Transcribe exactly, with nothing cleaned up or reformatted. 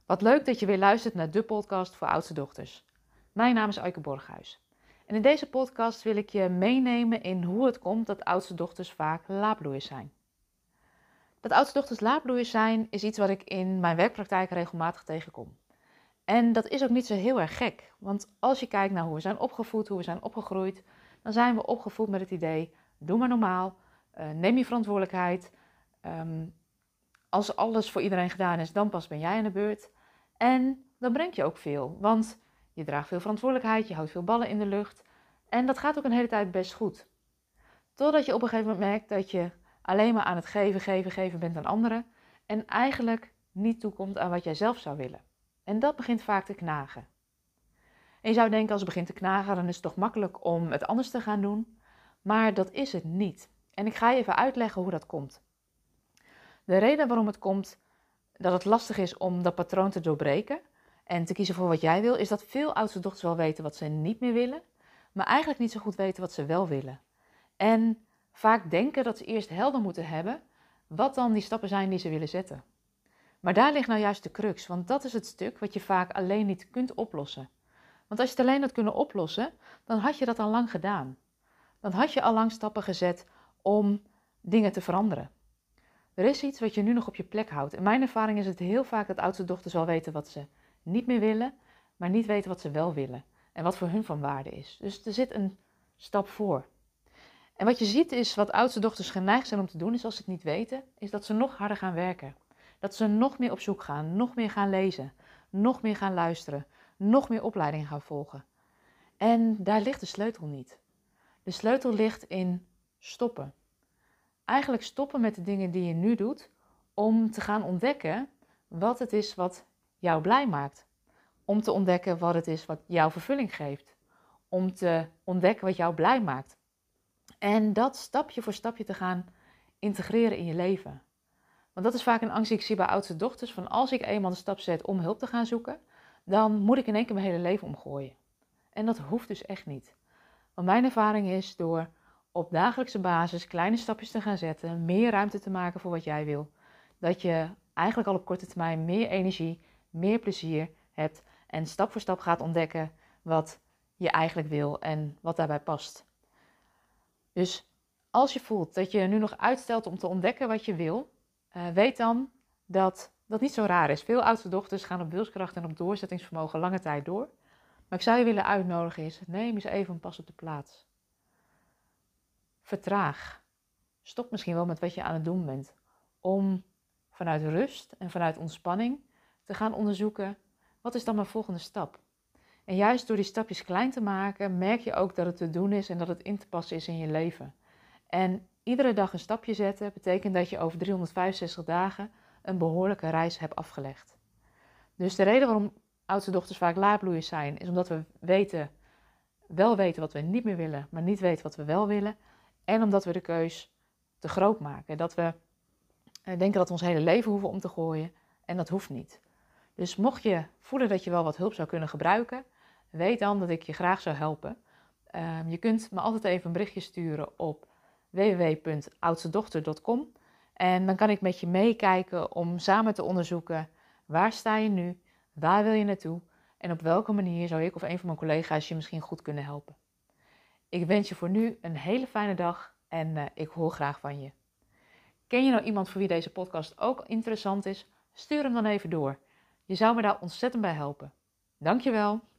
Wat leuk dat je weer luistert naar de podcast voor oudste dochters. Mijn naam is Aike Borghuis. En in deze podcast wil ik je meenemen in hoe het komt dat oudste dochters vaak laatbloeiers zijn. Dat oudste dochters laatbloeiers zijn is iets wat ik in mijn werkpraktijk regelmatig tegenkom. En dat is ook niet zo heel erg gek. Want als je kijkt naar hoe we zijn opgevoed, hoe we zijn opgegroeid, dan zijn we opgevoed met het idee, doe maar normaal, uh, neem je verantwoordelijkheid. Um, als alles voor iedereen gedaan is, dan pas ben jij aan de beurt. En dan brengt je ook veel, want je draagt veel verantwoordelijkheid, je houdt veel ballen in de lucht. En dat gaat ook een hele tijd best goed. Totdat je op een gegeven moment merkt dat je alleen maar aan het geven, geven, geven bent aan anderen. En eigenlijk niet toekomt aan wat jij zelf zou willen. En dat begint vaak te knagen. En je zou denken, als het begint te knagen, dan is het toch makkelijk om het anders te gaan doen. Maar dat is het niet. En ik ga je even uitleggen hoe dat komt. De reden waarom het komt dat het lastig is om dat patroon te doorbreken en te kiezen voor wat jij wil, is dat veel oudste dochters wel weten wat ze niet meer willen, maar eigenlijk niet zo goed weten wat ze wel willen. En vaak denken dat ze eerst helder moeten hebben wat dan die stappen zijn die ze willen zetten. Maar daar ligt nou juist de crux, want dat is het stuk wat je vaak alleen niet kunt oplossen. Want als je het alleen had kunnen oplossen, dan had je dat al lang gedaan. Dan had je al lang stappen gezet om dingen te veranderen. Er is iets wat je nu nog op je plek houdt. In mijn ervaring is het heel vaak dat oudste dochters wel weten wat ze niet meer willen, maar niet weten wat ze wel willen en wat voor hun van waarde is. Dus er zit een stap voor. En wat je ziet is, wat oudste dochters geneigd zijn om te doen, is als ze het niet weten, is dat ze nog harder gaan werken. Dat ze nog meer op zoek gaan, nog meer gaan lezen, nog meer gaan luisteren, nog meer opleidingen gaan volgen. En daar ligt de sleutel niet. De sleutel ligt in stoppen. Eigenlijk stoppen met de dingen die je nu doet, om te gaan ontdekken wat het is wat jou blij maakt. Om te ontdekken wat het is wat jou vervulling geeft. Om te ontdekken wat jou blij maakt. En dat stapje voor stapje te gaan integreren in je leven. Want dat is vaak een angst die ik zie bij oudste dochters. Van als ik eenmaal de stap zet om hulp te gaan zoeken, dan moet ik in één keer mijn hele leven omgooien. En dat hoeft dus echt niet. Want mijn ervaring is door op dagelijkse basis kleine stapjes te gaan zetten, meer ruimte te maken voor wat jij wil, dat je eigenlijk al op korte termijn meer energie, meer plezier hebt en stap voor stap gaat ontdekken wat je eigenlijk wil en wat daarbij past. Dus als je voelt dat je nu nog uitstelt om te ontdekken wat je wil, uh, weet dan dat dat niet zo raar is. Veel oudste dochters gaan op wilskracht en op doorzettingsvermogen lange tijd door. Maar ik zou je willen uitnodigen is, neem eens even een pas op de plaats. Vertraag. Stop misschien wel met wat je aan het doen bent. Om vanuit rust en vanuit ontspanning te gaan onderzoeken, wat is dan mijn volgende stap? En juist door die stapjes klein te maken, merk je ook dat het te doen is en dat het in te passen is in je leven. En iedere dag een stapje zetten betekent dat je over driehonderdvijfenzestig dagen een behoorlijke reis hebt afgelegd. Dus de reden waarom oudste dochters vaak laatbloeiers zijn, is omdat we weten, wel weten wat we niet meer willen, maar niet weten wat we wel willen. En omdat we de keus te groot maken. Dat we denken dat we ons hele leven hoeven om te gooien. En dat hoeft niet. Dus mocht je voelen dat je wel wat hulp zou kunnen gebruiken, weet dan dat ik je graag zou helpen. Uh, je kunt me altijd even een berichtje sturen op w w w punt oudstedochter punt com. En dan kan ik met je meekijken om samen te onderzoeken, waar sta je nu, waar wil je naartoe en op welke manier zou ik of een van mijn collega's je misschien goed kunnen helpen. Ik wens je voor nu een hele fijne dag en uh, ik hoor graag van je. Ken je nou iemand voor wie deze podcast ook interessant is? Stuur hem dan even door. Je zou me daar ontzettend bij helpen. Dankjewel.